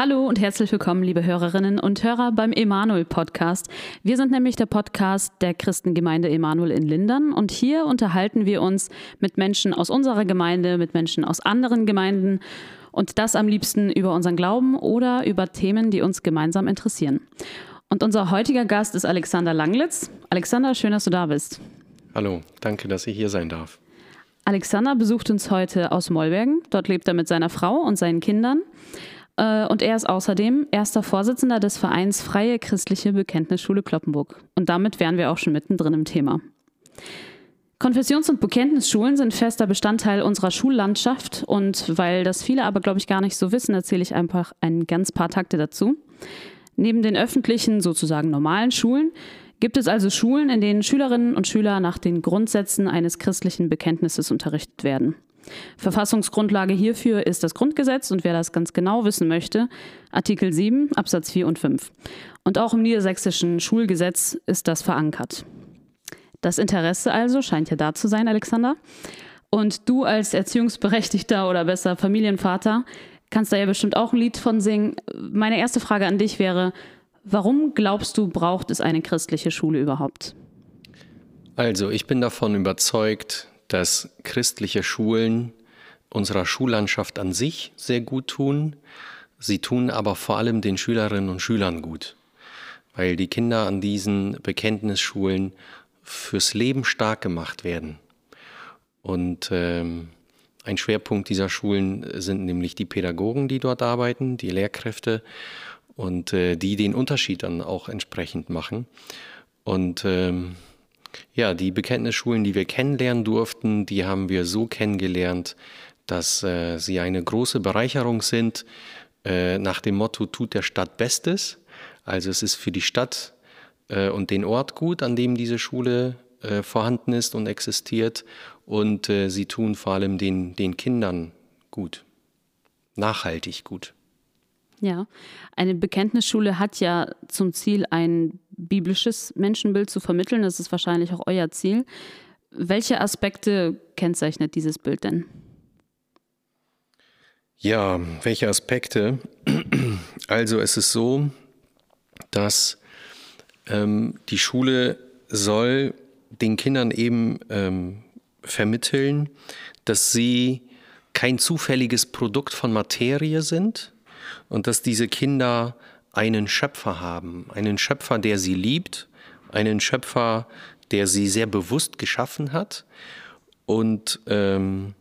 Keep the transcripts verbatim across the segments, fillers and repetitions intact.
Hallo und herzlich willkommen, liebe Hörerinnen und Hörer beim Emanuel-Podcast. Wir sind nämlich der Podcast der Christengemeinde Emanuel in Lindern und hier unterhalten wir uns mit Menschen aus unserer Gemeinde, mit Menschen aus anderen Gemeinden und das am liebsten über unseren Glauben oder über Themen, die uns gemeinsam interessieren. Und unser heutiger Gast ist Alexander Langlitz. Alexander, schön, dass du da bist. Hallo, danke, dass ich hier sein darf. Alexander besucht uns heute aus Mollbergen. Dort lebt er mit seiner Frau und seinen Kindern. Und er ist außerdem erster Vorsitzender des Vereins Freie Christliche Bekenntnisschule Cloppenburg. Und damit wären wir auch schon mittendrin im Thema. Konfessions- und Bekenntnisschulen sind fester Bestandteil unserer Schullandschaft. Und weil das viele aber, glaube ich, gar nicht so wissen, erzähle ich einfach ein ganz paar Takte dazu. Neben den öffentlichen, sozusagen normalen Schulen, gibt es also Schulen, in denen Schülerinnen und Schüler nach den Grundsätzen eines christlichen Bekenntnisses unterrichtet werden. Verfassungsgrundlage hierfür ist das Grundgesetz und wer das ganz genau wissen möchte, Artikel sieben, Absatz vier und fünf. Und auch im niedersächsischen Schulgesetz ist das verankert. Das Interesse also scheint ja da zu sein, Alexander. Und du als Erziehungsberechtigter oder besser Familienvater kannst da ja bestimmt auch ein Lied von singen. Meine erste Frage an dich wäre, warum glaubst du, braucht es eine christliche Schule überhaupt? Also, ich bin davon überzeugt, dass christliche Schulen unserer Schullandschaft an sich sehr gut tun. Sie tun aber vor allem den Schülerinnen und Schülern gut, weil die Kinder an diesen Bekenntnisschulen fürs Leben stark gemacht werden. Und ähm, ein Schwerpunkt dieser Schulen sind nämlich die Pädagogen, die dort arbeiten, die Lehrkräfte und äh, die den Unterschied dann auch entsprechend machen. Und ähm, Ja, die Bekenntnisschulen, die wir kennenlernen durften, die haben wir so kennengelernt, dass äh, sie eine große Bereicherung sind, äh, nach dem Motto, tut der Stadt Bestes. Also es ist für die Stadt äh, und den Ort gut, an dem diese Schule äh, vorhanden ist und existiert. Und äh, sie tun vor allem den, den Kindern gut, nachhaltig gut. Ja, eine Bekenntnisschule hat ja zum Ziel, ein biblisches Menschenbild zu vermitteln. Das ist wahrscheinlich auch euer Ziel. Welche Aspekte kennzeichnet dieses Bild denn? Ja, welche Aspekte? Also es ist so, dass ähm, die Schule soll den Kindern eben ähm, vermitteln, dass sie kein zufälliges Produkt von Materie sind, und dass diese Kinder einen Schöpfer haben, einen Schöpfer, der sie liebt, einen Schöpfer, der sie sehr bewusst geschaffen hat. Und ähm,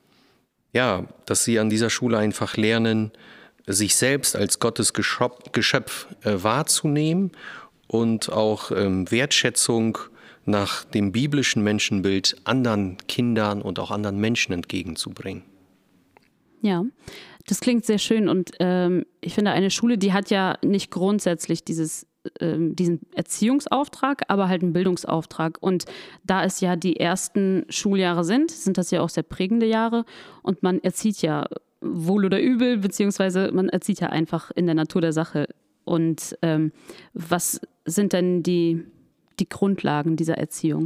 ja, dass sie an dieser Schule einfach lernen, sich selbst als Gottes Geschöpf äh, wahrzunehmen und auch ähm, Wertschätzung nach dem biblischen Menschenbild anderen Kindern und auch anderen Menschen entgegenzubringen. Ja, das klingt sehr schön und ähm, ich finde, eine Schule, die hat ja nicht grundsätzlich dieses, ähm, diesen Erziehungsauftrag, aber halt einen Bildungsauftrag. Und da es ja die ersten Schuljahre sind, sind das ja auch sehr prägende Jahre und man erzieht ja wohl oder übel, beziehungsweise man erzieht ja einfach in der Natur der Sache. Und ähm, was sind denn die, die Grundlagen dieser Erziehung?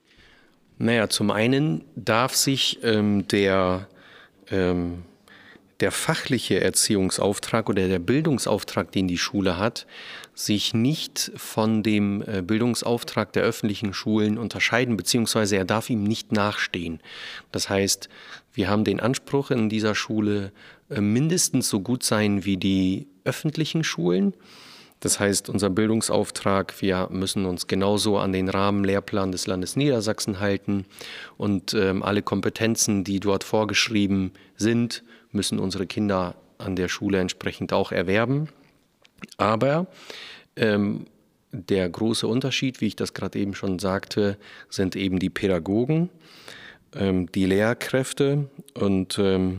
Naja, zum einen darf sich ähm, der ähm, Der fachliche Erziehungsauftrag oder der Bildungsauftrag, den die Schule hat, sich nicht von dem Bildungsauftrag der öffentlichen Schulen unterscheiden, beziehungsweise er darf ihm nicht nachstehen. Das heißt, wir haben den Anspruch in dieser Schule, mindestens so gut sein wie die öffentlichen Schulen. Das heißt, unser Bildungsauftrag, wir müssen uns genauso an den Rahmenlehrplan des Landes Niedersachsen halten und ähm, alle Kompetenzen, die dort vorgeschrieben sind, müssen unsere Kinder an der Schule entsprechend auch erwerben. Aber ähm, der große Unterschied, wie ich das gerade eben schon sagte, sind eben die Pädagogen, ähm, die Lehrkräfte und ähm,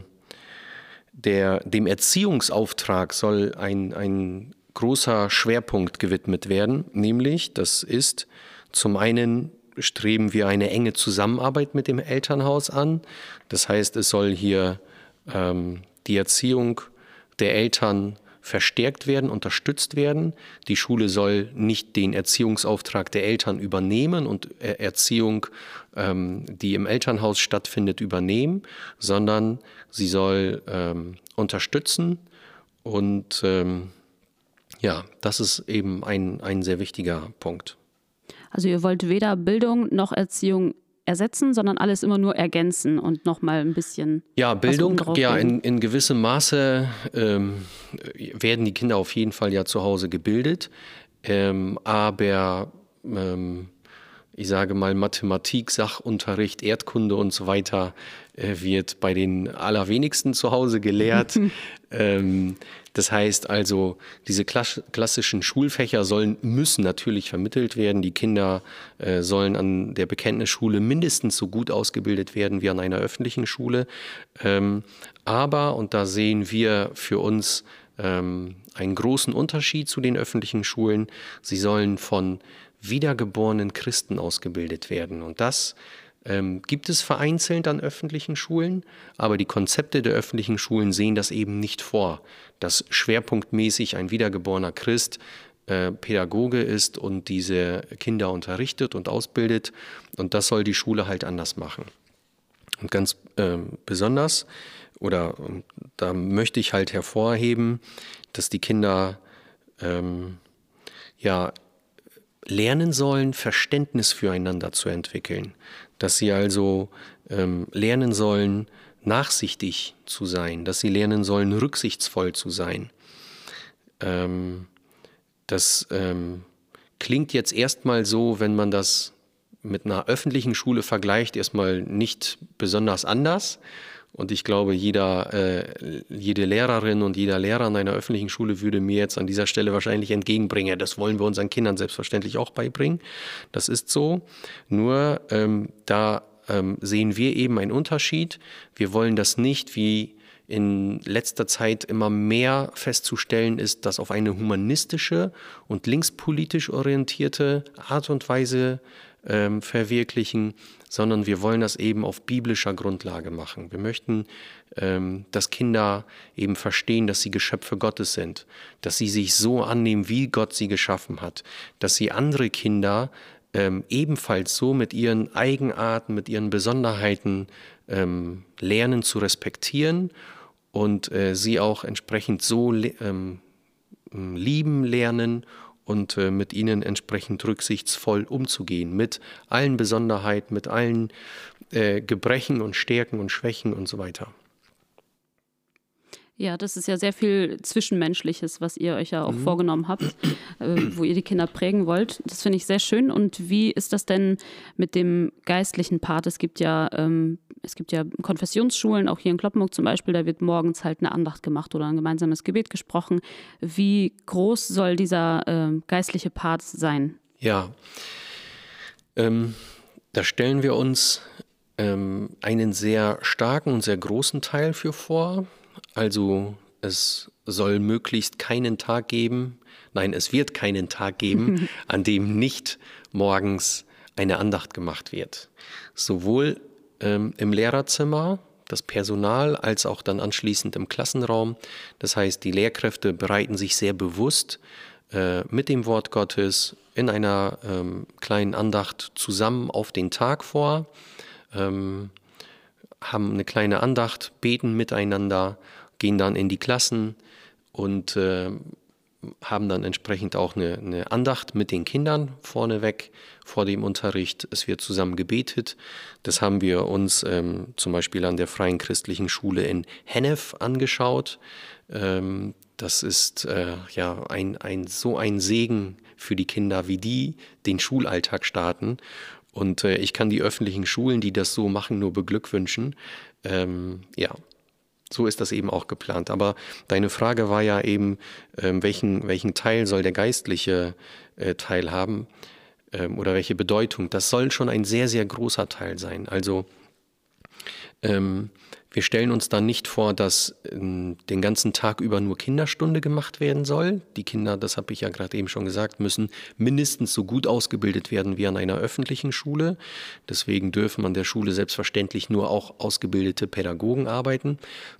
der, dem Erziehungsauftrag soll ein, ein großer Schwerpunkt gewidmet werden, nämlich das ist zum einen streben wir eine enge Zusammenarbeit mit dem Elternhaus an. Das heißt, es soll hier ähm, die Erziehung der Eltern verstärkt werden, unterstützt werden. Die Schule soll nicht den Erziehungsauftrag der Eltern übernehmen und Erziehung, ähm, die im Elternhaus stattfindet, übernehmen, sondern sie soll ähm, unterstützen Und ähm, ja, das ist eben ein, ein sehr wichtiger Punkt. Also ihr wollt weder Bildung noch Erziehung ersetzen, sondern alles immer nur ergänzen und nochmal ein bisschen. Ja, Bildung, was oben ja, drauflegen. in, in gewissem Maße ähm, werden die Kinder auf jeden Fall ja zu Hause gebildet. Ähm, aber ähm, ich sage mal, Mathematik, Sachunterricht, Erdkunde und so weiter äh, wird bei den allerwenigsten zu Hause gelehrt. ähm, das heißt also, diese klass klassischen Schulfächer sollen, müssen natürlich vermittelt werden. Die Kinder äh, sollen an der Bekenntnisschule mindestens so gut ausgebildet werden wie an einer öffentlichen Schule. Ähm, aber, und da sehen wir für uns ähm, einen großen Unterschied zu den öffentlichen Schulen, sie sollen von wiedergeborenen Christen ausgebildet werden. Und das ähm, gibt es vereinzelt an öffentlichen Schulen, aber die Konzepte der öffentlichen Schulen sehen das eben nicht vor, dass schwerpunktmäßig ein wiedergeborener Christ äh, Pädagoge ist und diese Kinder unterrichtet und ausbildet. Und das soll die Schule halt anders machen. Und ganz ähm, besonders, oder da möchte ich halt hervorheben, dass die Kinder ähm, ja lernen sollen, Verständnis füreinander zu entwickeln. Dass sie also ähm, lernen sollen, nachsichtig zu sein, dass sie lernen sollen, rücksichtsvoll zu sein. Ähm, das ähm, klingt jetzt erstmal so, wenn man das mit einer öffentlichen Schule vergleicht, erstmal nicht besonders anders. Und ich glaube, jeder, äh, jede Lehrerin und jeder Lehrer an einer öffentlichen Schule würde mir jetzt an dieser Stelle wahrscheinlich entgegenbringen. Das wollen wir unseren Kindern selbstverständlich auch beibringen. Das ist so. Nur ähm, da ähm, sehen wir eben einen Unterschied. Wir wollen das nicht, wie in letzter Zeit immer mehr festzustellen ist, dass auf eine humanistische und linkspolitisch orientierte Art und Weise ähm, verwirklichen, sondern wir wollen das eben auf biblischer Grundlage machen. Wir möchten, ähm, dass Kinder eben verstehen, dass sie Geschöpfe Gottes sind, dass sie sich so annehmen, wie Gott sie geschaffen hat, dass sie andere Kinder ähm, ebenfalls so mit ihren Eigenarten, mit ihren Besonderheiten ähm, lernen zu respektieren und äh, sie auch entsprechend so ähm, lieben lernen und äh, mit ihnen entsprechend rücksichtsvoll umzugehen, mit allen Besonderheiten, mit allen äh, Gebrechen und Stärken und Schwächen und so weiter. Ja, das ist ja sehr viel Zwischenmenschliches, was ihr euch ja auch mhm. vorgenommen habt, äh, wo ihr die Kinder prägen wollt. Das finde ich sehr schön. Und wie ist das denn mit dem geistlichen Part? Es gibt ja, ähm, es gibt ja Konfessionsschulen, auch hier in Cloppenburg zum Beispiel, da wird morgens halt eine Andacht gemacht oder ein gemeinsames Gebet gesprochen. Wie groß soll dieser äh, geistliche Part sein? Ja, ähm, da stellen wir uns ähm, einen sehr starken und sehr großen Teil für vor. Also es soll möglichst keinen Tag geben, nein, es wird keinen Tag geben, an dem nicht morgens eine Andacht gemacht wird. Sowohl ähm, im Lehrerzimmer, das Personal, als auch dann anschließend im Klassenraum. Das heißt, die Lehrkräfte bereiten sich sehr bewusst äh, mit dem Wort Gottes in einer ähm, kleinen Andacht zusammen auf den Tag vor, ähm, haben eine kleine Andacht, beten miteinander, gehen dann in die Klassen und äh, haben dann entsprechend auch eine, eine Andacht mit den Kindern vorneweg vor dem Unterricht. Es wird zusammen gebetet. Das haben wir uns ähm, zum Beispiel an der Freien Christlichen Schule in Hennef angeschaut. Ähm, das ist äh, ja ein, ein, so ein Segen für die Kinder, wie die den Schulalltag starten. Und äh, ich kann die öffentlichen Schulen, die das so machen, nur beglückwünschen. Ähm, ja, so ist das eben auch geplant. Aber deine Frage war ja eben, ähm, welchen, welchen Teil soll der geistliche äh, Teil haben ähm, oder welche Bedeutung? Das soll schon ein sehr, sehr großer Teil sein. Also ähm, wir stellen uns dann nicht vor, dass ähm, den ganzen Tag über nur Kinderstunde gemacht werden soll. Die Kinder, das habe ich ja gerade eben schon gesagt, müssen mindestens so gut ausgebildet werden wie an einer öffentlichen Schule. Deswegen dürfen an der Schule selbstverständlich nur auch ausgebildete Pädagogen arbeiten.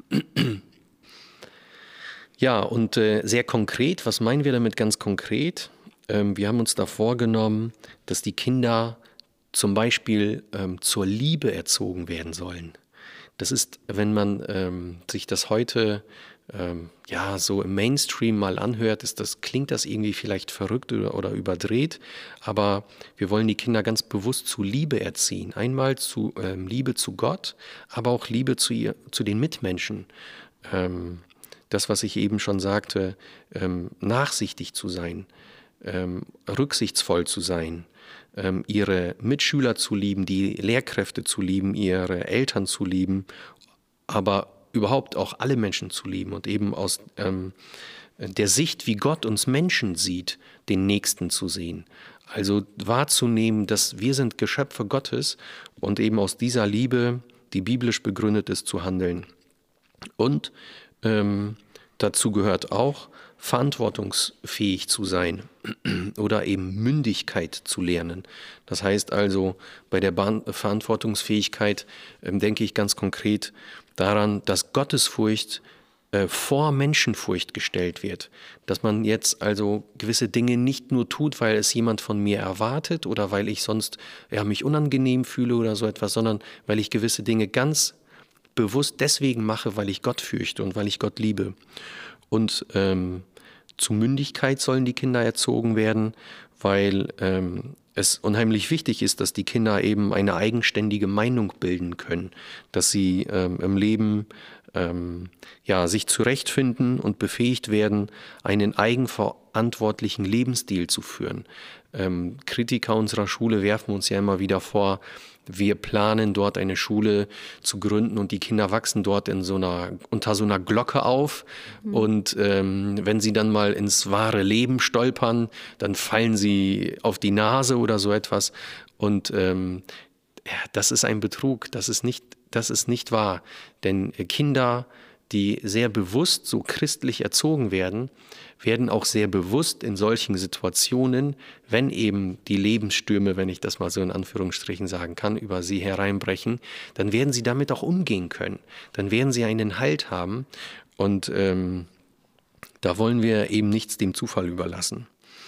Ja, und äh, sehr konkret, was meinen wir damit ganz konkret? Ähm, wir haben uns da vorgenommen, dass die Kinder zum Beispiel ähm, zur Liebe erzogen werden sollen. Das ist, wenn man ähm, sich das heute ähm, ja, so im Mainstream mal anhört, ist das, klingt das irgendwie vielleicht verrückt oder, oder überdreht, aber wir wollen die Kinder ganz bewusst zu Liebe erziehen. Einmal zu ähm, Liebe zu Gott, aber auch Liebe zu, ihr, zu den Mitmenschen. Ähm, das, was ich eben schon sagte, ähm, nachsichtig zu sein, ähm, rücksichtsvoll zu sein, ähm, ihre Mitschüler zu lieben, die Lehrkräfte zu lieben, ihre Eltern zu lieben, aber überhaupt auch alle Menschen zu lieben und eben aus ähm, der Sicht, wie Gott uns Menschen sieht, den Nächsten zu sehen. Also wahrzunehmen, dass wir sind Geschöpfe Gottes und eben aus dieser Liebe, die biblisch begründet ist, zu handeln. Und ähm, dazu gehört auch, verantwortungsfähig zu sein oder eben Mündigkeit zu lernen. Das heißt also, bei der Bahn Verantwortungsfähigkeit ähm, denke ich ganz konkret daran, dass Gottesfurcht äh, vor Menschenfurcht gestellt wird. Dass man jetzt also gewisse Dinge nicht nur tut, weil es jemand von mir erwartet oder weil ich sonst ja, mich unangenehm fühle oder so etwas, sondern weil ich gewisse Dinge ganz bewusst deswegen mache, weil ich Gott fürchte und weil ich Gott liebe. Und ähm, zu Mündigkeit sollen die Kinder erzogen werden, weil ähm, es unheimlich wichtig ist, dass die Kinder eben eine eigenständige Meinung bilden können, dass sie ähm, im Leben ähm, ja, sich zurechtfinden und befähigt werden, einen eigenverantwortlichen Lebensstil zu führen. Ähm, Kritiker unserer Schule werfen uns ja immer wieder vor, wir planen dort eine Schule zu gründen und die Kinder wachsen dort in so einer, unter so einer Glocke auf. Mhm. Und ähm, wenn sie dann mal ins wahre Leben stolpern, dann fallen sie auf die Nase oder so etwas. Und ähm, ja, das ist ein Betrug, das ist nicht, das ist nicht wahr. Denn Kinder, die sehr bewusst so christlich erzogen werden, werden auch sehr bewusst in solchen Situationen, wenn eben die Lebensstürme, wenn ich das mal so in Anführungsstrichen sagen kann, über sie hereinbrechen, dann werden sie damit auch umgehen können. Dann werden sie einen Halt haben und ähm, da wollen wir eben nichts dem Zufall überlassen.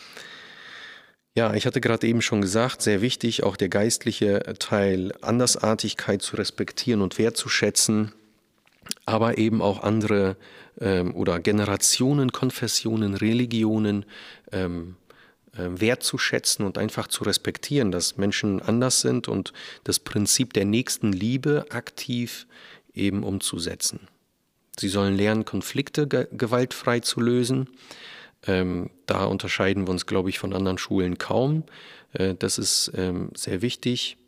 Ja, ich hatte gerade eben schon gesagt, sehr wichtig, auch der geistliche Teil, Andersartigkeit zu respektieren und wertzuschätzen, aber eben auch andere ähm, oder Generationen, Konfessionen, Religionen ähm, äh, wertzuschätzen und einfach zu respektieren, dass Menschen anders sind und das Prinzip der Nächstenliebe aktiv eben umzusetzen. Sie sollen lernen, Konflikte ge- gewaltfrei zu lösen. Ähm, da unterscheiden wir uns, glaube ich, von anderen Schulen kaum. Äh, das ist ähm, sehr wichtig.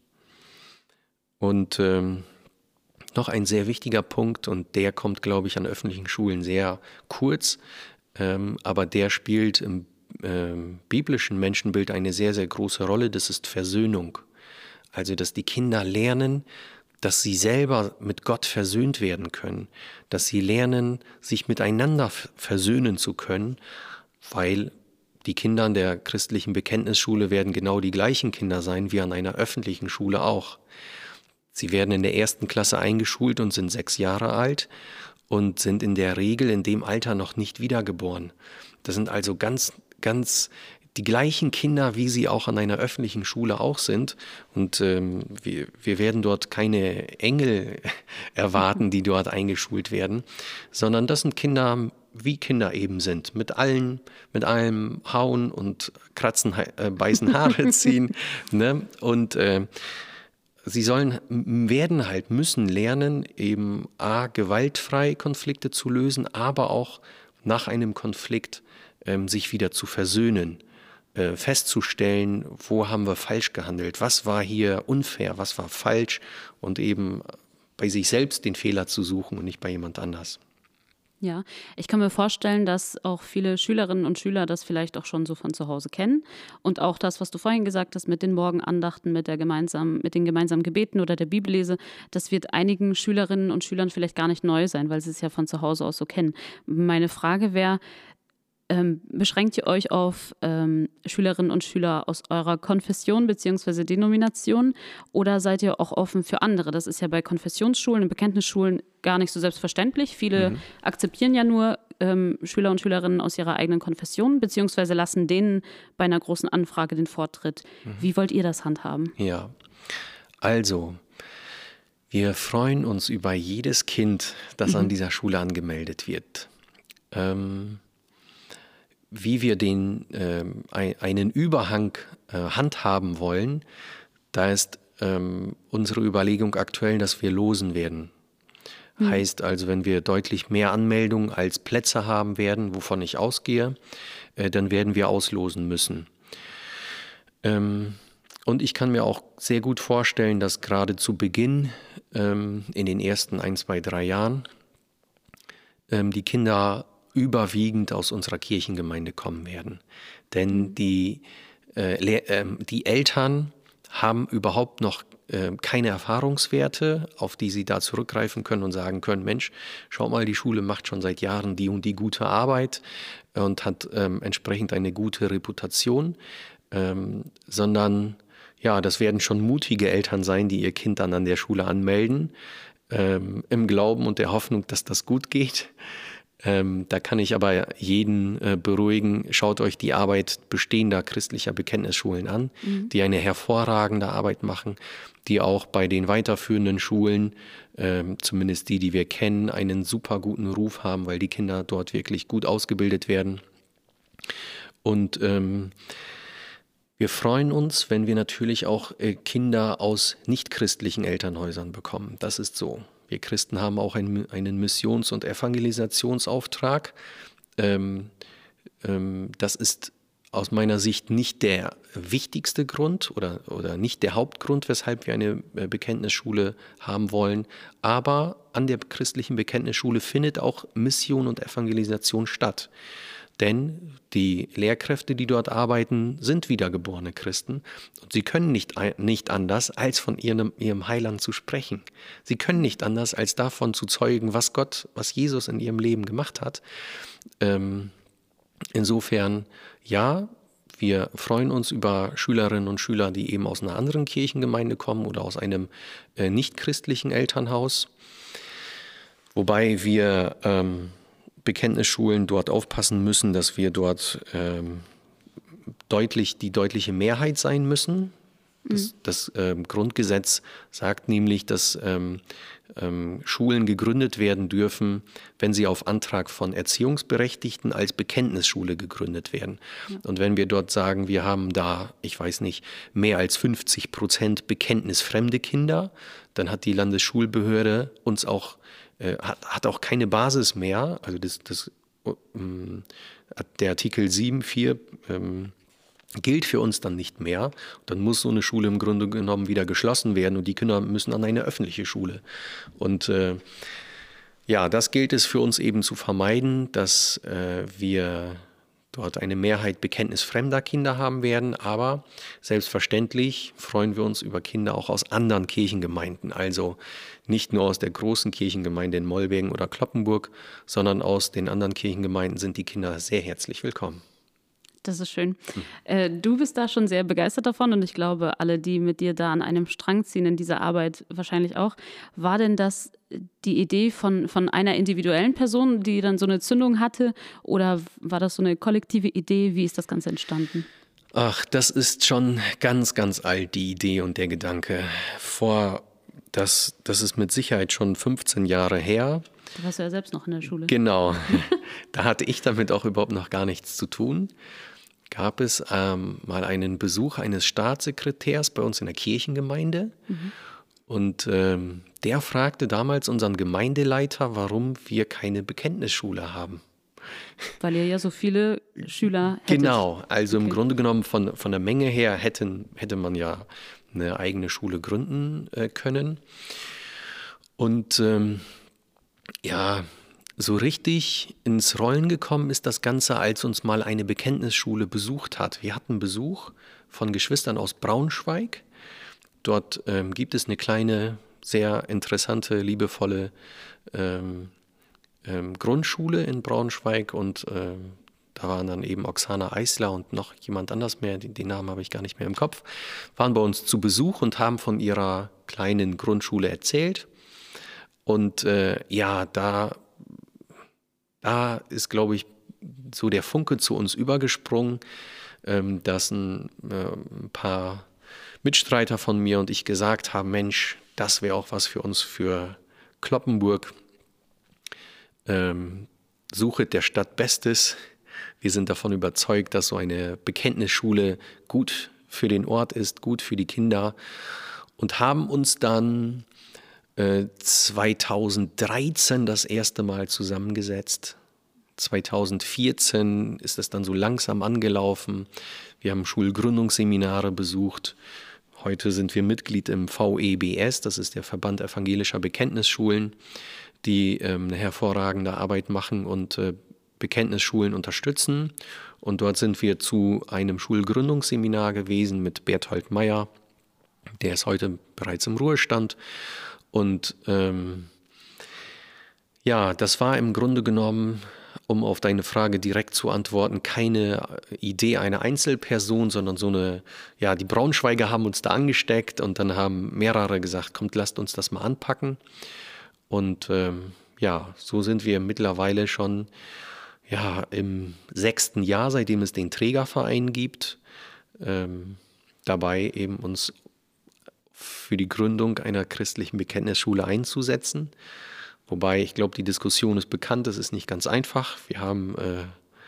Und ähm, noch ein sehr wichtiger Punkt, und der kommt, glaube ich, an öffentlichen Schulen sehr kurz, ähm, aber der spielt im ähm, biblischen Menschenbild eine sehr, sehr große Rolle, das ist Versöhnung. Also, dass die Kinder lernen, dass sie selber mit Gott versöhnt werden können, dass sie lernen, sich miteinander versöhnen zu können, weil die Kinder an der christlichen Bekenntnisschule werden genau die gleichen Kinder sein wie an einer öffentlichen Schule auch. Sie werden in der ersten Klasse eingeschult und sind sechs Jahre alt und sind in der Regel in dem Alter noch nicht wiedergeboren. Das sind also ganz, ganz die gleichen Kinder, wie sie auch an einer öffentlichen Schule auch sind. Und ähm, wir, wir werden dort keine Engel erwarten, die dort eingeschult werden, sondern das sind Kinder, wie Kinder eben sind, mit allen, mit allem Hauen und Kratzen, äh, beißen, Haare ziehen, ne? Und äh, sie sollen, werden halt, müssen lernen, eben a, gewaltfrei Konflikte zu lösen, aber auch nach einem Konflikt ähm, sich wieder zu versöhnen, äh, festzustellen, wo haben wir falsch gehandelt, was war hier unfair, was war falsch und eben bei sich selbst den Fehler zu suchen und nicht bei jemand anders. Ja, ich kann mir vorstellen, dass auch viele Schülerinnen und Schüler das vielleicht auch schon so von zu Hause kennen und auch das, was du vorhin gesagt hast mit den Morgenandachten, mit der gemeinsamen, mit den gemeinsamen Gebeten oder der Bibellese, das wird einigen Schülerinnen und Schülern vielleicht gar nicht neu sein, weil sie es ja von zu Hause aus so kennen. Meine Frage wäre, Ähm, beschränkt ihr euch auf ähm, Schülerinnen und Schüler aus eurer Konfession bzw. Denomination oder seid ihr auch offen für andere? Das ist ja bei Konfessionsschulen und Bekenntnisschulen gar nicht so selbstverständlich. Viele mhm. akzeptieren ja nur ähm, Schüler und Schülerinnen aus ihrer eigenen Konfession beziehungsweise lassen denen bei einer großen Anfrage den Vortritt. Mhm. Wie wollt ihr das handhaben? Ja, also wir freuen uns über jedes Kind, das mhm. an dieser Schule angemeldet wird. ähm, wie wir den, ähm, ein, einen Überhang äh, handhaben wollen. Da ist ähm, unsere Überlegung aktuell, dass wir losen werden. Hm. Heißt also, wenn wir deutlich mehr Anmeldungen als Plätze haben werden, wovon ich ausgehe, äh, dann werden wir auslosen müssen. Ähm, und ich kann mir auch sehr gut vorstellen, dass gerade zu Beginn, ähm, in den ersten ein, zwei, drei Jahren, ähm, die Kinder überwiegend aus unserer Kirchengemeinde kommen werden. Denn die, äh, äh, die Eltern haben überhaupt noch äh, keine Erfahrungswerte, auf die sie da zurückgreifen können und sagen können, Mensch, schau mal, die Schule macht schon seit Jahren die und die gute Arbeit und hat ähm, entsprechend eine gute Reputation, ähm, sondern ja, das werden schon mutige Eltern sein, die ihr Kind dann an der Schule anmelden, ähm, im Glauben und der Hoffnung, dass das gut geht. Ähm, da kann ich aber jeden äh, beruhigen, schaut euch die Arbeit bestehender christlicher Bekenntnisschulen an, mhm. die eine hervorragende Arbeit machen, die auch bei den weiterführenden Schulen, ähm, zumindest die, die wir kennen, einen super guten Ruf haben, weil die Kinder dort wirklich gut ausgebildet werden. Und ähm, wir freuen uns, wenn wir natürlich auch äh, Kinder aus nichtchristlichen Elternhäusern bekommen. Das ist so. Wir Christen haben auch einen, einen Missions- und Evangelisationsauftrag. Ähm, ähm, das ist aus meiner Sicht nicht der wichtigste Grund oder, oder nicht der Hauptgrund, weshalb wir eine Bekenntnisschule haben wollen. Aber an der christlichen Bekenntnisschule findet auch Mission und Evangelisation statt. Denn die Lehrkräfte, die dort arbeiten, sind wiedergeborene Christen und sie können nicht, nicht anders, als von ihrem, ihrem Heiland zu sprechen. Sie können nicht anders, als davon zu zeugen, was Gott, was Jesus in ihrem Leben gemacht hat. Ähm, insofern, ja, wir freuen uns über Schülerinnen und Schüler, die eben aus einer anderen Kirchengemeinde kommen oder aus einem äh, nicht-christlichen Elternhaus. Wobei wir ähm, Bekenntnisschulen dort aufpassen müssen, dass wir dort ähm, deutlich die deutliche Mehrheit sein müssen. Das, mhm. das ähm, Grundgesetz sagt nämlich, dass ähm, ähm, Schulen gegründet werden dürfen, wenn sie auf Antrag von Erziehungsberechtigten als Bekenntnisschule gegründet werden. Ja. Und wenn wir dort sagen, wir haben da, ich weiß nicht, mehr als fünfzig Prozent bekenntnisfremde Kinder, dann hat die Landesschulbehörde uns auch Hat, hat auch keine Basis mehr, also das, das, ähm, der Artikel sieben Punkt vier ähm, gilt für uns dann nicht mehr. Dann muss so eine Schule im Grunde genommen wieder geschlossen werden und die Kinder müssen an eine öffentliche Schule. Und äh, ja, das gilt es für uns eben zu vermeiden, dass äh, wir dort eine Mehrheit bekenntnisfremder Kinder haben werden, aber selbstverständlich freuen wir uns über Kinder auch aus anderen Kirchengemeinden, also nicht nur aus der großen Kirchengemeinde in Mollbergen oder Cloppenburg, sondern aus den anderen Kirchengemeinden sind die Kinder sehr herzlich willkommen. Das ist schön. Hm. Äh, du bist da schon sehr begeistert davon und ich glaube, alle, die mit dir da an einem Strang ziehen in dieser Arbeit, wahrscheinlich auch. War denn das die Idee von, von einer individuellen Person, die dann so eine Zündung hatte, oder war das so eine kollektive Idee? Wie ist das Ganze entstanden? Ach, das ist schon ganz, ganz alt, die Idee und der Gedanke. Vor, das, das ist mit Sicherheit schon fünfzehn Jahre her. Da warst du ja selbst noch in der Schule. Genau. Da hatte ich damit auch überhaupt noch gar nichts zu tun. Gab es ähm, mal einen Besuch eines Staatssekretärs bei uns in der Kirchengemeinde. Mhm. Und ähm, der fragte damals unseren Gemeindeleiter, warum wir keine Bekenntnisschule haben. Weil ihr ja so viele Schüler hättet. Genau, also okay. Im Grunde genommen von, von der Menge her hätten, hätte man ja eine eigene Schule gründen äh, können. Und ähm, ja, so richtig ins Rollen gekommen ist das Ganze, als uns mal eine Bekenntnisschule besucht hat. Wir hatten Besuch von Geschwistern aus Braunschweig. Dort ähm, gibt es eine kleine, sehr interessante, liebevolle ähm, ähm, Grundschule in Braunschweig und ähm, da waren dann eben Oksana Eisler und noch jemand anders mehr, den, den Namen habe ich gar nicht mehr im Kopf, waren bei uns zu Besuch und haben von ihrer kleinen Grundschule erzählt. Und äh, ja, da, da ist, glaube ich, so der Funke zu uns übergesprungen, ähm, dass ein, äh, ein paar Mitstreiter von mir und ich gesagt haben, Mensch, das wäre auch was für uns für Cloppenburg. Ähm, suchet der Stadt Bestes. Wir sind davon überzeugt, dass so eine Bekenntnisschule gut für den Ort ist, gut für die Kinder und haben uns dann äh, zweitausenddreizehn das erste Mal zusammengesetzt. zweitausendvierzehn ist es dann so langsam angelaufen. Wir haben Schulgründungsseminare besucht. Heute sind wir Mitglied im V E B S, das ist der Verband evangelischer Bekenntnisschulen, die ähm, eine hervorragende Arbeit machen und äh, Bekenntnisschulen unterstützen. Und dort sind wir zu einem Schulgründungsseminar gewesen mit Berthold Meyer. Der ist heute bereits im Ruhestand. Und ähm, ja, das war im Grunde genommen, um auf deine Frage direkt zu antworten, keine Idee einer Einzelperson, sondern so eine, ja, die Braunschweiger haben uns da angesteckt und dann haben mehrere gesagt, kommt, lasst uns das mal anpacken. Und ähm, ja, so sind wir mittlerweile schon ja, im sechsten Jahr, seitdem es den Trägerverein gibt, ähm, dabei eben uns für die Gründung einer christlichen Bekenntnisschule einzusetzen. Wobei, ich glaube, die Diskussion ist bekannt, es ist nicht ganz einfach. Wir haben äh,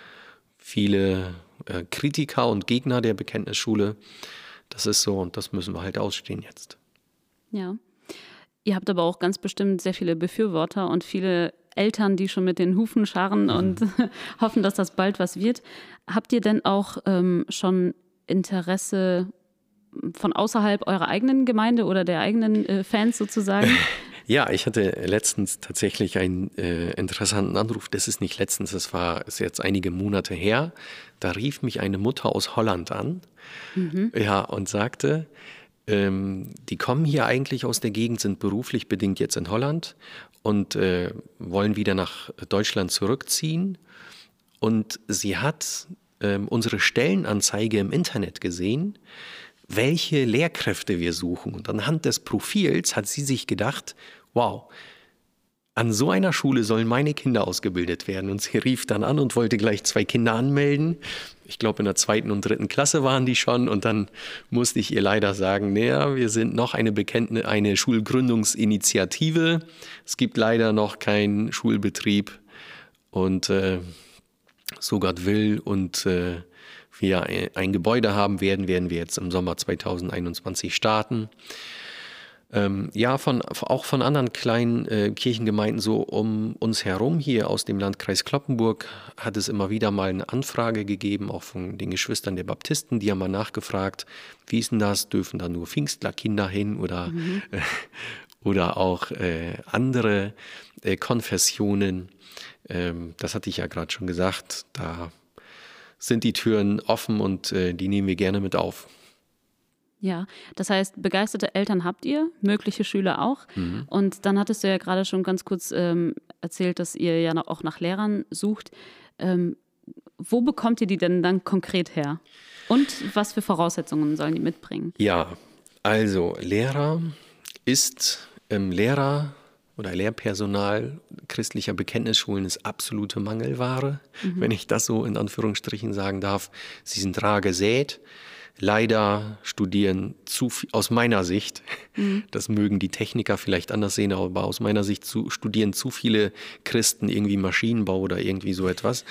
viele äh, Kritiker und Gegner der Bekenntnisschule. Das ist so und das müssen wir halt ausstehen jetzt. Ja. Ihr habt aber auch ganz bestimmt sehr viele Befürworter und viele Eltern, die schon mit den Hufen scharren mhm. und hoffen, dass das bald was wird. Habt ihr denn auch ähm, schon Interesse von außerhalb eurer eigenen Gemeinde oder der eigenen äh, Fans sozusagen? Ja, ich hatte letztens tatsächlich einen äh, interessanten Anruf. Das ist nicht letztens, das war ist jetzt einige Monate her. Da rief mich eine Mutter aus Holland an mhm. ja, und sagte, ähm, die kommen hier eigentlich aus der Gegend, sind beruflich bedingt jetzt in Holland und äh, wollen wieder nach Deutschland zurückziehen. Und sie hat äh, unsere Stellenanzeige im Internet gesehen, welche Lehrkräfte wir suchen. Und anhand des Profils hat sie sich gedacht, wow, an so einer Schule sollen meine Kinder ausgebildet werden. Und sie rief dann an und wollte gleich zwei Kinder anmelden. Ich glaube, in der zweiten und dritten Klasse waren die schon. Und dann musste ich ihr leider sagen, naja, wir sind noch eine Bekenntnis, eine Schulgründungsinitiative. Es gibt leider noch keinen Schulbetrieb. Und äh, so Gott will und äh, wir ein Gebäude haben werden, werden wir jetzt im Sommer zweitausendeinundzwanzig starten. Ähm, ja, von, auch von anderen kleinen äh, Kirchengemeinden so um uns herum hier aus dem Landkreis Cloppenburg hat es immer wieder mal eine Anfrage gegeben, auch von den Geschwistern der Baptisten, die haben mal nachgefragt, wie ist denn das, dürfen da nur Pfingstlerkinder hin oder, mhm. äh, oder auch äh, andere äh, Konfessionen. Ähm, das hatte ich ja gerade schon gesagt, da sind die Türen offen und äh, die nehmen wir gerne mit auf. Ja, das heißt, begeisterte Eltern habt ihr, mögliche Schüler auch. Mhm. Und dann hattest du ja gerade schon ganz kurz ähm, erzählt, dass ihr ja auch nach Lehrern sucht. Ähm, wo bekommt ihr die denn dann konkret her? Und was für Voraussetzungen sollen die mitbringen? Ja, also Lehrer ist ähm, Lehrer oder Lehrpersonal christlicher Bekenntnisschulen ist absolute Mangelware, mhm. wenn ich das so in Anführungsstrichen sagen darf. Sie sind rar gesät. Leider studieren zu viel, aus meiner Sicht, mhm. das mögen die Techniker vielleicht anders sehen, aber aus meiner Sicht zu, studieren zu viele Christen irgendwie Maschinenbau oder irgendwie so etwas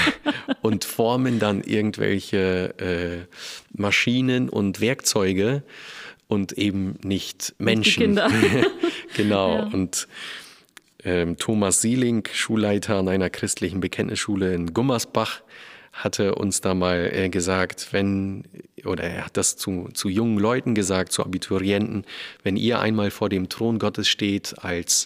und formen dann irgendwelche äh, Maschinen und Werkzeuge und eben nicht Menschen. Die Kinder. Genau. Ja. Und ähm, Thomas Sieling, Schulleiter an einer christlichen Bekenntnisschule in Gummersbach, hatte uns da mal äh, gesagt, wenn, oder er hat das zu, zu jungen Leuten gesagt, zu Abiturienten, wenn ihr einmal vor dem Thron Gottes steht als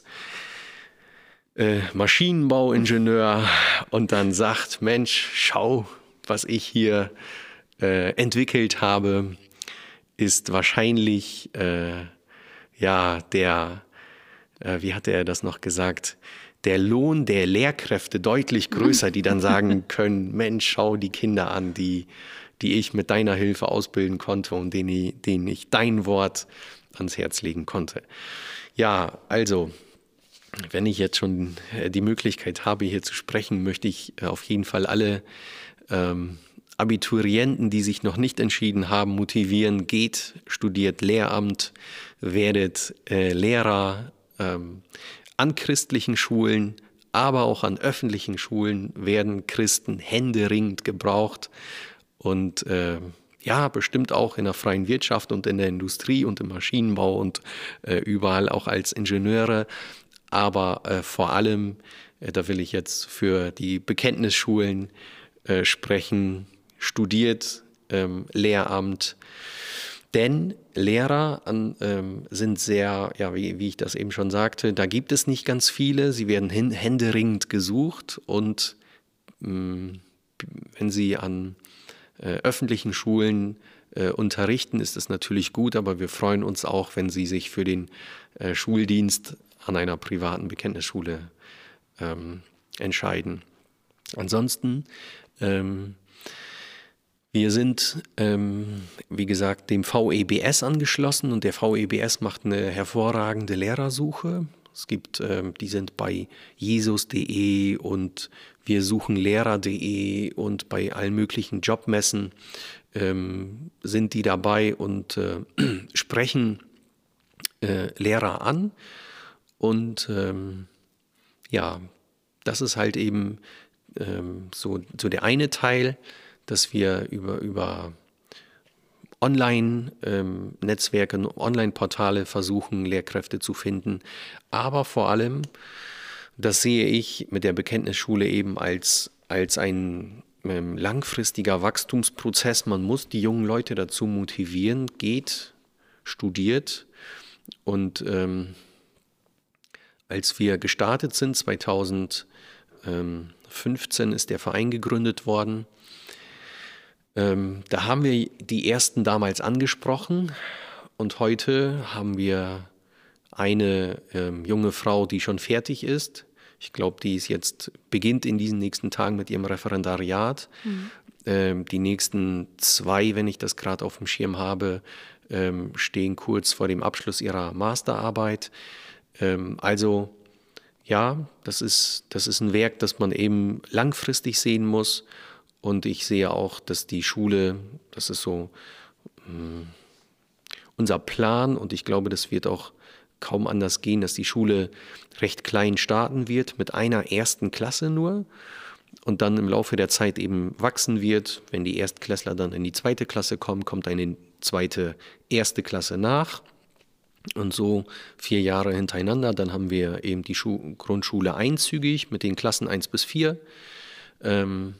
äh, Maschinenbauingenieur und dann sagt, Mensch, schau, was ich hier äh, entwickelt habe, ist wahrscheinlich äh, ja der, äh, wie hatte er das noch gesagt, der Lohn der Lehrkräfte deutlich größer, die dann sagen können, Mensch, schau die Kinder an, die, die ich mit deiner Hilfe ausbilden konnte und denen ich, denen ich dein Wort ans Herz legen konnte. Ja, also, wenn ich jetzt schon die Möglichkeit habe, hier zu sprechen, möchte ich auf jeden Fall alle ähm, Abiturienten, die sich noch nicht entschieden haben, motivieren, geht, studiert Lehramt, werdet äh, Lehrer, ähm, an christlichen Schulen, aber auch an öffentlichen Schulen werden Christen händeringend gebraucht und äh, ja, bestimmt auch in der freien Wirtschaft und in der Industrie und im Maschinenbau und äh, überall auch als Ingenieure. Aber äh, vor allem, äh, da will ich jetzt für die Bekenntnisschulen äh, sprechen, studiert, ähm, Lehramt. Denn Lehrer an, ähm, sind sehr, ja, wie, wie ich das eben schon sagte, da gibt es nicht ganz viele. Sie werden hin, händeringend gesucht und mh, wenn sie an äh, öffentlichen Schulen äh, unterrichten, ist das natürlich gut, aber wir freuen uns auch, wenn sie sich für den äh, Schuldienst an einer privaten Bekenntnisschule ähm, entscheiden. Ansonsten ähm, wir sind, ähm, wie gesagt, dem V E B S angeschlossen und der V E B S macht eine hervorragende Lehrersuche. Es gibt, ähm, die sind bei jesus punkt de und wir suchen lehrer punkt de und bei allen möglichen Jobmessen ähm, sind die dabei und äh, sprechen äh, Lehrer an. Und ähm, ja, das ist halt eben ähm, so, so der eine Teil, dass wir über, über Online-Netzwerke, ähm, Online-Portale versuchen, Lehrkräfte zu finden. Aber vor allem, das sehe ich mit der Bekenntnisschule eben als, als ein ähm, langfristiger Wachstumsprozess. Man muss die jungen Leute dazu motivieren, geht, studiert. Und ähm, als wir gestartet sind, zweitausendfünfzehn ist der Verein gegründet worden. Ähm, da haben wir die ersten damals angesprochen und heute haben wir eine ähm, junge Frau, die schon fertig ist. Ich glaube, die ist jetzt, beginnt in diesen nächsten Tagen mit ihrem Referendariat. Mhm. Ähm, die nächsten zwei, wenn ich das gerade auf dem Schirm habe, ähm, stehen kurz vor dem Abschluss ihrer Masterarbeit. Ähm, also ja, das ist, das ist ein Werk, das man eben langfristig sehen muss. Und ich sehe auch, dass die Schule, das ist so mh, unser Plan und ich glaube, das wird auch kaum anders gehen, dass die Schule recht klein starten wird, mit einer ersten Klasse nur und dann im Laufe der Zeit eben wachsen wird. Wenn die Erstklässler dann in die zweite Klasse kommen, kommt eine zweite, erste Klasse nach. Und so vier Jahre hintereinander, dann haben wir eben die Schu- Grundschule einzügig mit den Klassen eins bis vier. Ähm,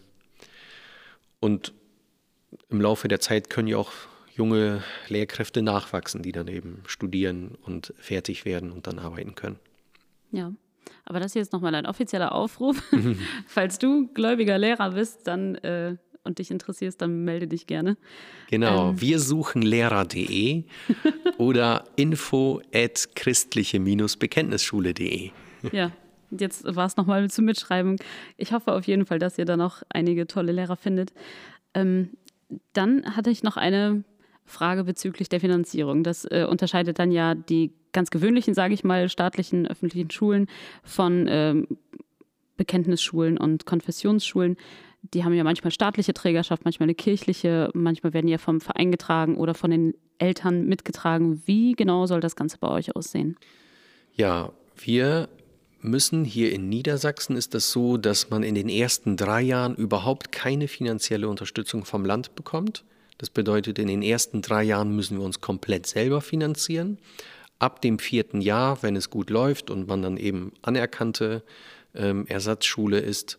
Und im Laufe der Zeit können ja auch junge Lehrkräfte nachwachsen, die dann eben studieren und fertig werden und dann arbeiten können. Ja, aber das hier ist nochmal ein offizieller Aufruf. Mhm. Falls du gläubiger Lehrer bist dann, äh, und dich interessierst, dann melde dich gerne. Genau, ähm. wir suchen lehrer punkt de oder info at christliche-bekenntnisschule punkt de. Ja. Jetzt war es nochmal zum Mitschreiben. Ich hoffe auf jeden Fall, dass ihr da noch einige tolle Lehrer findet. Ähm, dann hatte ich noch eine Frage bezüglich der Finanzierung. Das äh, unterscheidet dann ja die ganz gewöhnlichen, sage ich mal, staatlichen, öffentlichen Schulen von ähm, Bekenntnisschulen und Konfessionsschulen. Die haben ja manchmal staatliche Trägerschaft, manchmal eine kirchliche, manchmal werden ja vom Verein getragen oder von den Eltern mitgetragen. Wie genau soll das Ganze bei euch aussehen? Ja, wir müssen hier in Niedersachsen ist das so, dass man in den ersten drei Jahren überhaupt keine finanzielle Unterstützung vom Land bekommt. Das bedeutet, in den ersten drei Jahren müssen wir uns komplett selber finanzieren. Ab dem vierten Jahr, wenn es gut läuft und man dann eben anerkannte ähm, Ersatzschule ist,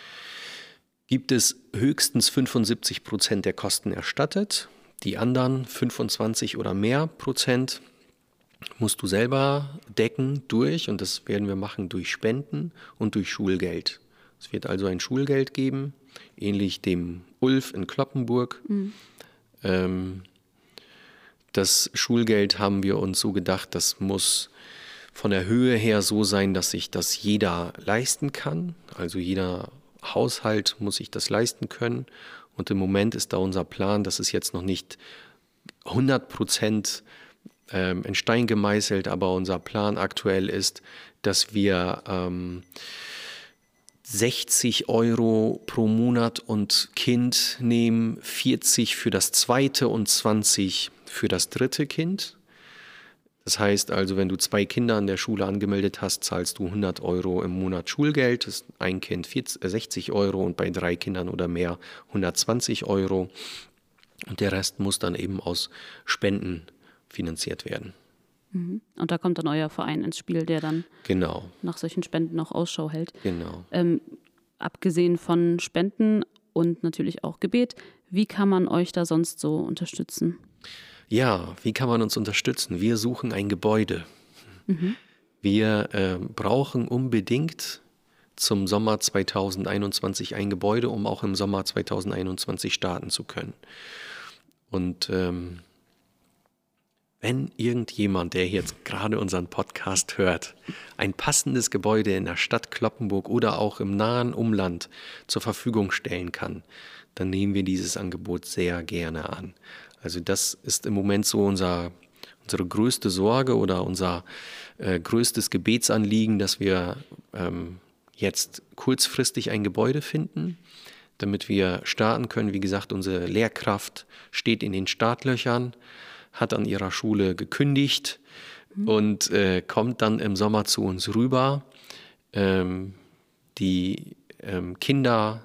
gibt es höchstens fünfundsiebzig Prozent der Kosten erstattet. Die anderen fünfundzwanzig oder mehr Prozent musst du selber decken durch, und das werden wir machen durch Spenden und durch Schulgeld. Es wird also ein Schulgeld geben, ähnlich dem Ulf in Cloppenburg. Mhm. Ähm, das Schulgeld haben wir uns so gedacht, das muss von der Höhe her so sein, dass sich das jeder leisten kann. Also jeder Haushalt muss sich das leisten können. Und im Moment ist da unser Plan, dass es jetzt noch nicht hundert Prozent ähm, in Stein gemeißelt, aber unser Plan aktuell ist, dass wir ähm, sechzig Euro pro Monat und Kind nehmen, vierzig für das zweite und zwanzig für das dritte Kind. Das heißt also, wenn du zwei Kinder an der Schule angemeldet hast, zahlst du hundert Euro im Monat Schulgeld. Das ist ein Kind vierzig, sechzig Euro und bei drei Kindern oder mehr hundertzwanzig Euro. Und der Rest muss dann eben aus Spenden finanziert werden. Und da kommt dann euer Verein ins Spiel, der dann genau. nach solchen Spenden noch Ausschau hält. Genau. Ähm, abgesehen von Spenden und natürlich auch Gebet, wie kann man euch da sonst so unterstützen? Ja, wie kann man uns unterstützen? Wir suchen ein Gebäude. Mhm. Wir äh, brauchen unbedingt zum Sommer zweitausendeinundzwanzig ein Gebäude, um auch im Sommer zweitausendeinundzwanzig starten zu können. Und ähm, wenn irgendjemand, der jetzt gerade unseren Podcast hört, ein passendes Gebäude in der Stadt Cloppenburg oder auch im nahen Umland zur Verfügung stellen kann, dann nehmen wir dieses Angebot sehr gerne an. Also das ist im Moment so unser, unsere größte Sorge oder unser äh, größtes Gebetsanliegen, dass wir ähm, jetzt kurzfristig ein Gebäude finden, damit wir starten können. Wie gesagt, unsere Lehrkraft steht in den Startlöchern, hat an ihrer Schule gekündigt mhm. und äh, kommt dann im Sommer zu uns rüber. Ähm, die ähm, Kinder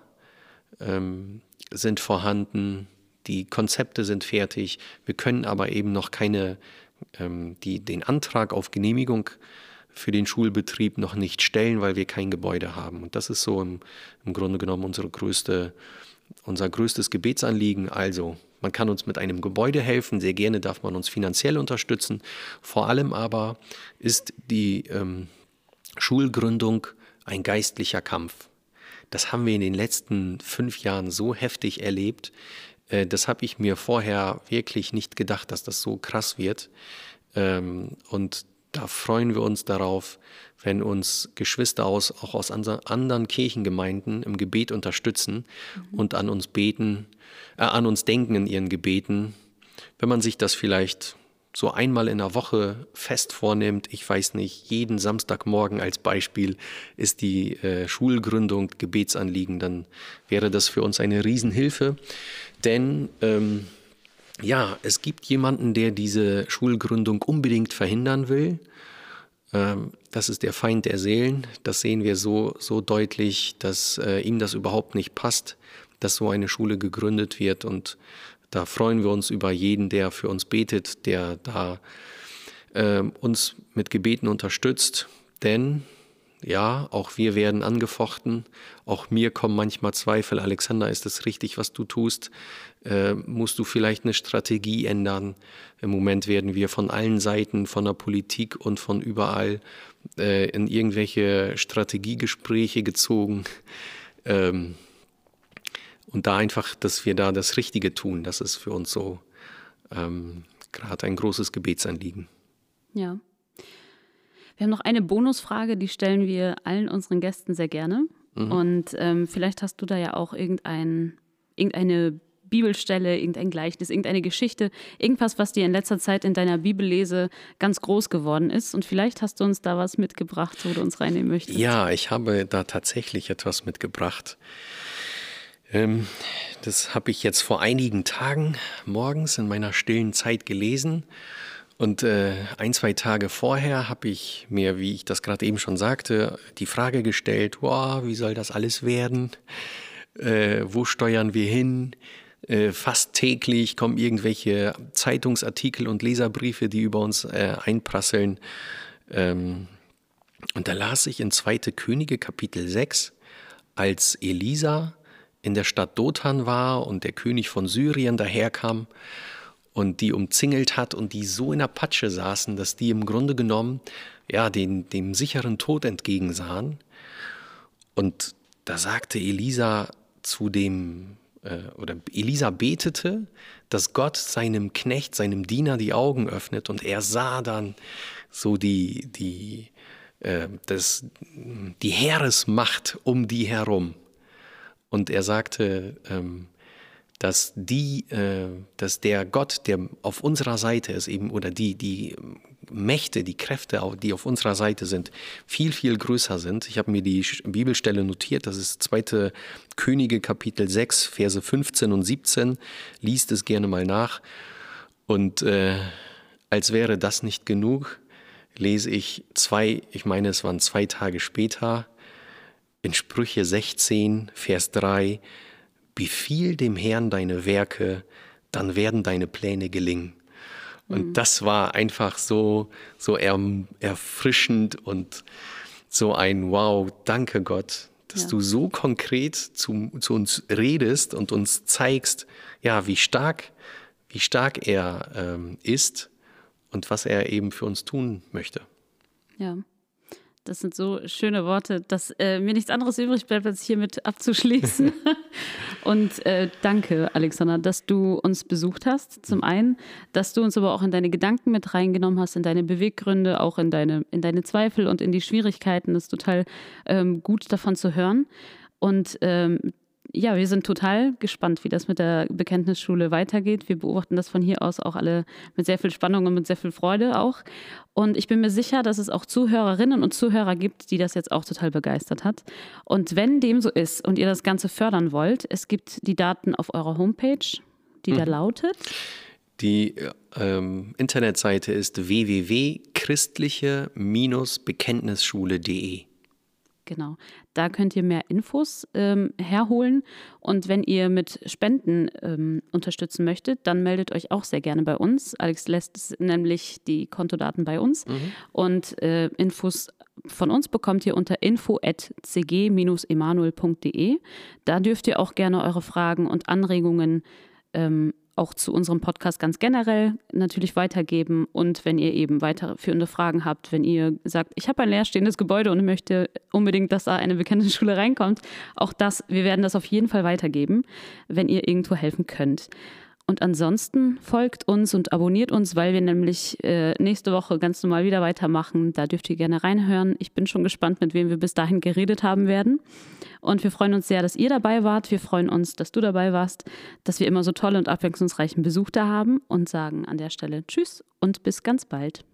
ähm, sind vorhanden, die Konzepte sind fertig. Wir können aber eben noch keine, ähm, die, den Antrag auf Genehmigung für den Schulbetrieb noch nicht stellen, weil wir kein Gebäude haben. Und das ist so im, im Grunde genommen unsere größte, unser größtes Gebetsanliegen. Also, man kann uns mit einem Gebäude helfen, sehr gerne darf man uns finanziell unterstützen. Vor allem aber ist die ähm, Schulgründung ein geistlicher Kampf. Das haben wir in den letzten fünf Jahren so heftig erlebt. Äh, das habe ich mir vorher wirklich nicht gedacht, dass das so krass wird. Ähm, und da freuen wir uns darauf, wenn uns Geschwister aus, auch aus anderen Kirchengemeinden im Gebet unterstützen mhm. und an uns beten, äh, an uns denken in ihren Gebeten. Wenn man sich das vielleicht so einmal in der Woche fest vornimmt, ich weiß nicht, jeden Samstagmorgen als Beispiel ist die äh, Schulgründung Gebetsanliegen, dann wäre das für uns eine Riesenhilfe. Denn ähm, ja, es gibt jemanden, der diese Schulgründung unbedingt verhindern will. Ähm, das ist der Feind der Seelen. Das sehen wir so, so deutlich, dass äh, ihm das überhaupt nicht passt, dass so eine Schule gegründet wird. Und da freuen wir uns über jeden, der für uns betet, der da äh, uns mit Gebeten unterstützt. Denn ja, auch wir werden angefochten. Auch mir kommen manchmal Zweifel. Alexander, ist das richtig, was du tust? Äh, musst du vielleicht eine Strategie ändern? Im Moment werden wir von allen Seiten, von der Politik und von überall äh, in irgendwelche Strategiegespräche gezogen. Ähm, und da einfach, dass wir da das Richtige tun, das ist für uns so ähm, gerade ein großes Gebetsanliegen. Ja. Wir haben noch eine Bonusfrage, die stellen wir allen unseren Gästen sehr gerne. Mhm. Und ähm, vielleicht hast du da ja auch irgendein, irgendeine Bibelstelle, irgendein Gleichnis, irgendeine Geschichte, irgendwas, was dir in letzter Zeit in deiner Bibellese ganz groß geworden ist. Und vielleicht hast du uns da was mitgebracht, wo du uns reinnehmen möchtest. Ja, ich habe da tatsächlich etwas mitgebracht. Ähm, das habe ich jetzt vor einigen Tagen morgens in meiner stillen Zeit gelesen. Und äh, ein, zwei Tage vorher habe ich mir, wie ich das gerade eben schon sagte, die Frage gestellt, wow, wie soll das alles werden? Äh, wo steuern wir hin? Äh, fast täglich kommen irgendwelche Zeitungsartikel und Leserbriefe, die über uns äh, einprasseln. Ähm, und da las ich in zweite Könige Kapitel sechs, als Elisa in der Stadt Dothan war und der König von Syrien daherkam und die umzingelt hat und die so in der Patsche saßen, dass die im Grunde genommen ja, den, dem sicheren Tod entgegensahen. Und da sagte Elisa zu dem, äh, oder Elisa betete, dass Gott seinem Knecht, seinem Diener die Augen öffnet und er sah dann so die, die, äh, das, die Heeresmacht um die herum. Und er sagte, ähm, dass die, äh, dass der Gott, der auf unserer Seite ist eben, oder die, die Mächte, die Kräfte, die auf unserer Seite sind, viel, viel größer sind. Ich habe mir die Bibelstelle notiert, das ist zweite Könige Kapitel sechs, Verse fünfzehn und siebzehn. Liest es gerne mal nach. Und äh, als wäre das nicht genug, lese ich zwei, ich meine, es waren zwei Tage später, in Sprüche sechzehn, Vers drei, befiehl dem Herrn deine Werke, dann werden deine Pläne gelingen. Und mhm. das war einfach so, so er, erfrischend und so ein Wow, danke Gott, dass ja. du so konkret zu, zu uns redest und uns zeigst, ja, wie stark, wie stark er ähm, ist und was er eben für uns tun möchte. Ja. Das sind so schöne Worte, dass äh, mir nichts anderes übrig bleibt, als hiermit abzuschließen. Und äh, danke, Alexander, dass du uns besucht hast. Zum einen, dass du uns aber auch in deine Gedanken mit reingenommen hast, in deine Beweggründe, auch in deine, in deine Zweifel und in die Schwierigkeiten. Das ist total ähm, gut davon zu hören. Und ähm, ja, wir sind total gespannt, wie das mit der Bekenntnisschule weitergeht. Wir beobachten das von hier aus auch alle mit sehr viel Spannung und mit sehr viel Freude auch. Und ich bin mir sicher, dass es auch Zuhörerinnen und Zuhörer gibt, die das jetzt auch total begeistert hat. Und wenn dem so ist und ihr das Ganze fördern wollt, es gibt die Daten auf eurer Homepage, die mhm. da lautet. Die ähm, Internetseite ist w w w punkt christliche Bekenntnisschule punkt de. Genau, da könnt ihr mehr Infos ähm, herholen und wenn ihr mit Spenden ähm, unterstützen möchtet, dann meldet euch auch sehr gerne bei uns. Alex lässt nämlich die Kontodaten bei uns mhm. und äh, Infos von uns bekommt ihr unter info at c g dash emanuel punkt de. Da dürft ihr auch gerne eure Fragen und Anregungen ähm, auch zu unserem Podcast ganz generell natürlich weitergeben. Und wenn ihr eben weiterführende Fragen habt, wenn ihr sagt, ich habe ein leerstehendes Gebäude und möchte unbedingt, dass da eine Bekenntnisschule reinkommt, auch das, wir werden das auf jeden Fall weitergeben, wenn ihr irgendwo helfen könnt. Und ansonsten folgt uns und abonniert uns, weil wir nämlich äh, nächste Woche ganz normal wieder weitermachen. Da dürft ihr gerne reinhören. Ich bin schon gespannt, mit wem wir bis dahin geredet haben werden. Und wir freuen uns sehr, dass ihr dabei wart. Wir freuen uns, dass du dabei warst, dass wir immer so tolle und abwechslungsreichen Besuch da haben und sagen an der Stelle Tschüss und bis ganz bald.